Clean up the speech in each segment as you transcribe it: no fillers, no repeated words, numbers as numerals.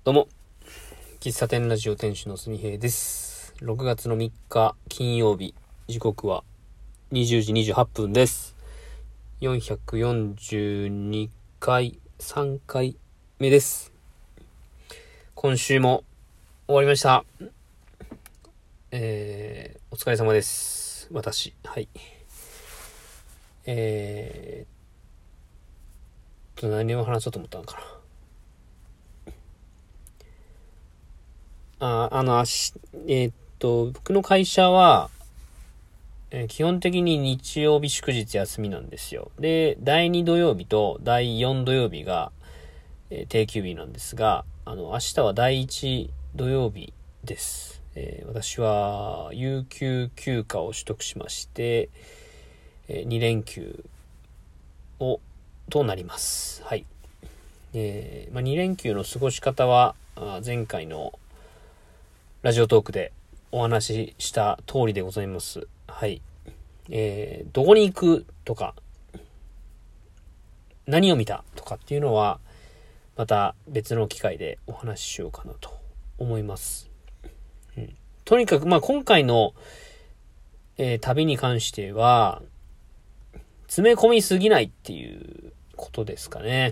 どうも、喫茶店ラジオ店主のすみへいです。6月の3日金曜日、時刻は20時28分です。442回、3回目です。今週も終わりました。お疲れ様です。私、はい。何を話そうと思ったのかな。僕の会社は、基本的に日曜日祝日休みなんですよ。で、第2土曜日と第4土曜日が、定休日なんですが、明日は第1土曜日です。私は有給休暇を取得しまして、2連休となります。はい。2連休の過ごし方は、前回のラジオトークでお話しした通りでございます。はい。どこに行くとか、何を見たとかっていうのは、また別の機会でお話ししようかなと思います。とにかく、今回の、旅に関しては、詰め込みすぎないっていうことですかね。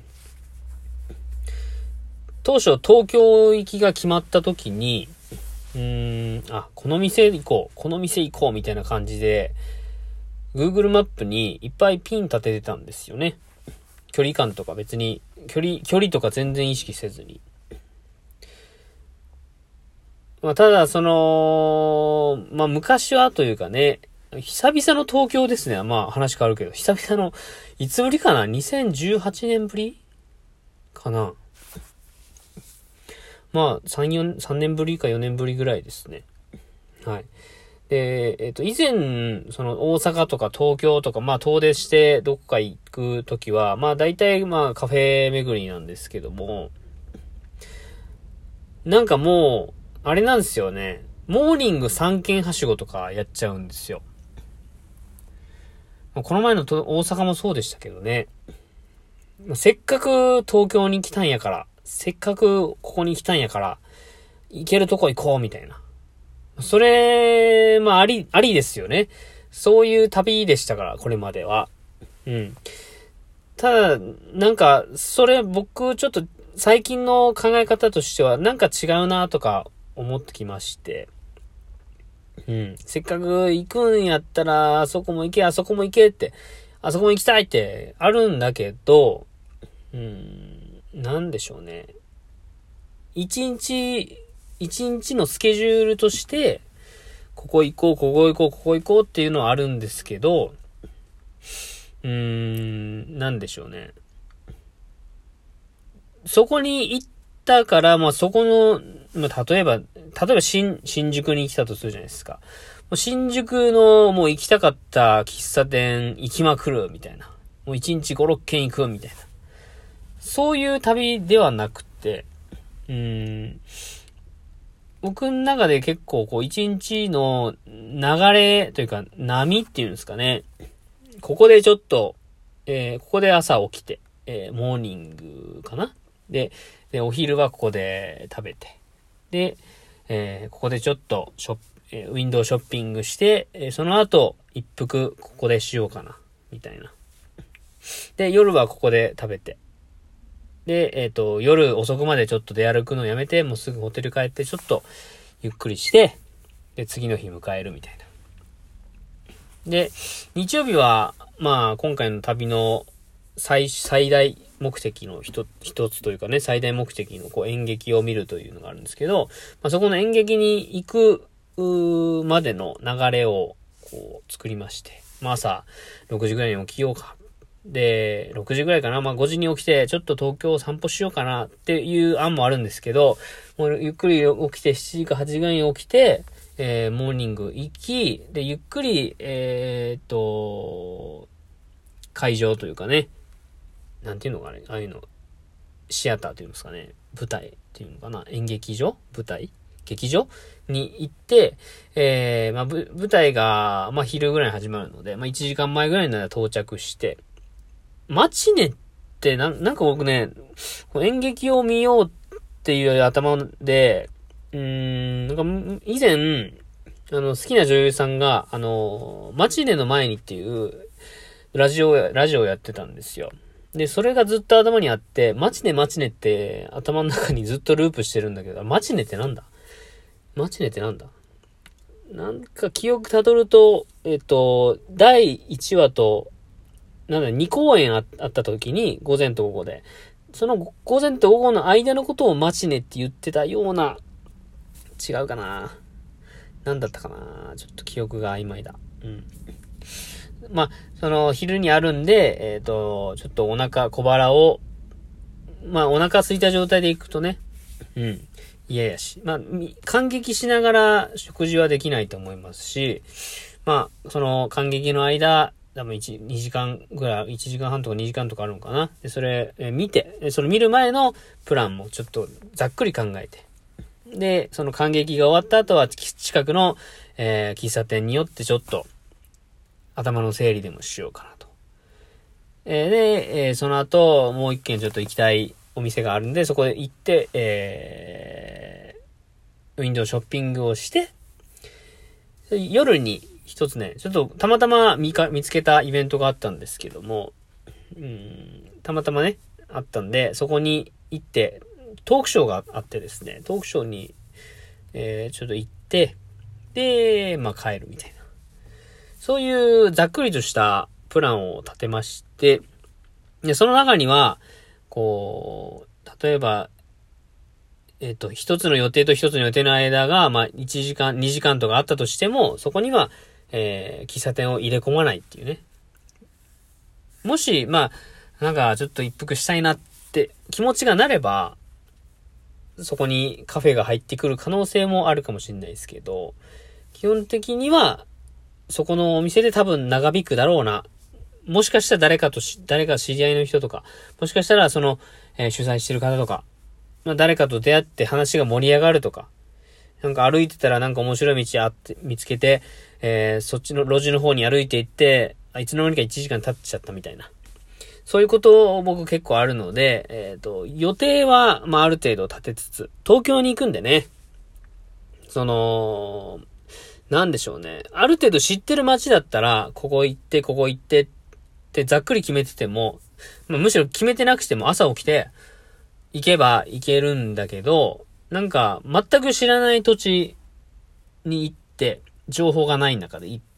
当初東京行きが決まった時に、この店行こうみたいな感じで、Google マップにいっぱいピン立ててたんですよね。距離感とか別に、距離とか全然意識せずに。ただ、昔はというかね、久々の東京ですね。話変わるけど、久々の、いつぶりかな ?2018 年ぶりかな3年ぶりか4年ぶりぐらいですね。はい。で、以前、大阪とか東京とか、遠出してどこか行くときは、大体、カフェ巡りなんですけども、なんかもう、あれなんですよね。モーニング3軒はしごとかやっちゃうんですよ。この前の大阪もそうでしたけどね。せっかく東京に来たんやから、せっかくここに来たんやから、行けるとこ行こうみたいな。それ、ありですよね。そういう旅でしたから、これまでは。ただ、それ僕ちょっと最近の考え方としては、違うなとか思ってきまして。せっかく行くんやったら、あそこも行けって、あそこも行きたいってあるんだけど、なんでしょうね。一日のスケジュールとして、ここ行こうっていうのはあるんですけど、なんでしょうね。そこに行ったから、そこの、例えば新宿に来たとするじゃないですか。新宿のもう行きたかった喫茶店行きまくるみたいな。もう1日5、6軒行くみたいな。そういう旅ではなくて、僕の中で結構一日の流れというか波っていうんですかね。ここでちょっと、ここで朝起きて、モーニングかなで、お昼はここで食べて、で、ここでちょっとウィンドウショッピングして、その後一服ここでしようかなみたいな。で、夜はここで食べて、で、夜遅くまでちょっと出歩くのをやめて、もうすぐホテル帰ってちょっとゆっくりして、で、次の日迎えるみたいな。で、日曜日は、今回の旅の最大目的の一つというかね、最大目的の演劇を見るというのがあるんですけど、そこの演劇に行くまでの流れを作りまして、朝6時ぐらいに起きようか。で、6時ぐらいかな。5時に起きて、ちょっと東京を散歩しようかなっていう案もあるんですけど、もうゆっくり起きて、7時か8時ぐらいに起きて、モーニング行き、で、ゆっくり、会場というかね、なんていうのかね、ああいうの、シアターというんですかね、舞台っていうのかな、演劇場劇場に行って、舞台が、昼ぐらいに始まるので、1時間前ぐらいなら到着して、マチネってなんか僕ね、演劇を見ようっっていう頭で、なんか以前、好きな女優さんが、マチネの前にっていうラジオやってたんですよ。で、それがずっと頭にあって、マチネって頭の中にずっとループしてるんだけど、マチネってなんだなんか記憶たどると、第1話と、2公演あった時に、午前と午後で、その午前と午後の間のことをマチネって言ってたような、違うかな。なんだったかな。ちょっと記憶が曖昧だ。まあ、その昼にあるんで、ちょっと小腹を、まあお腹空いた状態で行くとね、嫌やし、まあ、感激しながら食事はできないと思いますし、まあ、その感激の間、多分2時間ぐらい、1時間半とか2時間とかあるのかな。で、それ、見て、それ見る前のプランもちょっとざっくり考えて、で、その感激が終わった後は近くの、喫茶店によってちょっと頭の整理でもしようかなと。で、その後もう一軒ちょっと行きたいお店があるんで、そこで行って、ウィンドウショッピングをして、夜に一つね、ちょっとたまたま見つけたイベントがあったんですけども、たまたまね、あったんで、そこに行って、トークショーがあってですね、トークショーに、ちょっと行って、で、まあ帰るみたいな。そういうざっくりとしたプランを立てまして、で、その中には、こう、例えば、一つの予定と一つの予定の間が、まあ、1時間、2時間とかあったとしても、そこには、喫茶店を入れ込まないっていうね。もし、まあ、なんかちょっと一服したいなって気持ちがなれば、そこにカフェが入ってくる可能性もあるかもしれないですけど、基本的には、そこのお店で多分長引くだろうな。もしかしたら誰か知り合いの人とか、もしかしたらその、主催してる方とか、まあ誰かと出会って話が盛り上がるとか、なんか歩いてたらなんか面白い道見つけて、そっちの路地の方に歩いて行って、いつの間にか1時間経っちゃったみたいな。そういうことを僕結構あるので、予定は、まあある程度立てつつ、東京に行くんでね、なんでしょうね。ある程度知ってる街だったら、ここ行ってってざっくり決めてても、まあ、むしろ決めてなくても朝起きて行けば行けるんだけど、なんか全く知らない土地に行って、情報がない中で行って、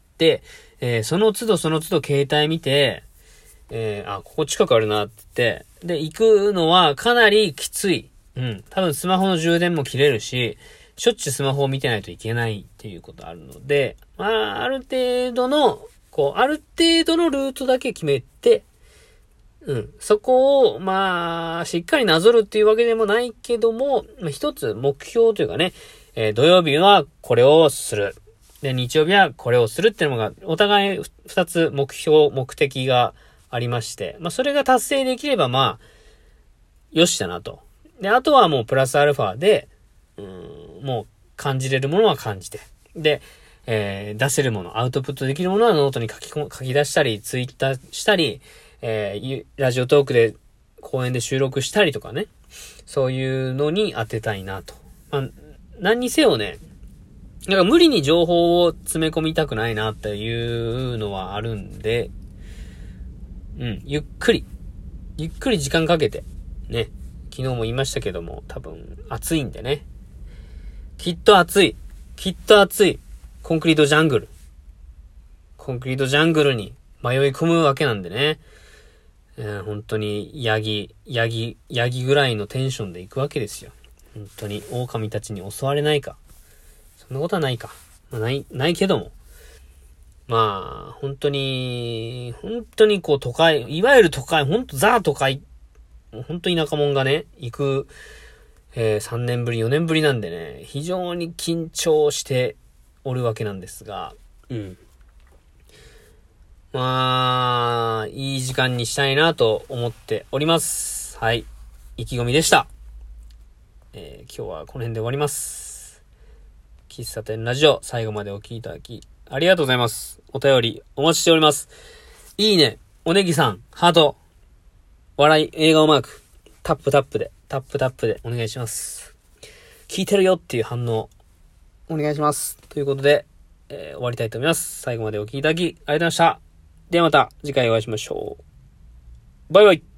その都度携帯見て、ここ近くあるなって言って、で、行くのはかなりきつい。多分スマホの充電も切れるし、しょっちゅうスマホを見てないといけないっていうことあるので、まあ、ある程度のルートだけ決めて、そこを、まあ、しっかりなぞるっていうわけでもないけども、一つ目標というかね、土曜日はこれをする。で、日曜日はこれをするっていうのが、お互い二つ目的がありまして、まあ、それが達成できれば、まあ、よしだなと。で、あとはもうプラスアルファで、もう感じれるものは感じて。で、出せるもの、アウトプットできるものはノートに書き出したり、ツイッターしたり、ラジオトークで公演で収録したりとかね。そういうのに当てたいなと。まあ、何にせよね、なんか無理に情報を詰め込みたくないなっていうのはあるんで、ゆっくり時間かけて、ね。昨日も言いましたけども、多分暑いんでね。きっと暑い。コンクリートジャングルに迷い込むわけなんでね。本当にヤギぐらいのテンションで行くわけですよ。本当に狼たちに襲われないか。そんなことはないか。まあ、ないけども。まあ、本当にこう都会、いわゆる都会、本当ザ都会、本当田舎者がね、行く、3年ぶり、4年ぶりなんでね、非常に緊張しておるわけなんですが、まあ、いい時間にしたいなと思っております。はい。意気込みでした。今日はこの辺で終わります。喫茶店ラジオ、最後までお聞きいただき、ありがとうございます。お便りお待ちしております。いいね、おネギさん、ハート、笑い、笑顔マーク、 タップタップでお願いします。聞いてるよっていう反応、お願いします。ということで、終わりたいと思います。最後までお聞きいただき、ありがとうございました。ではまた次回お会いしましょう。バイバイ。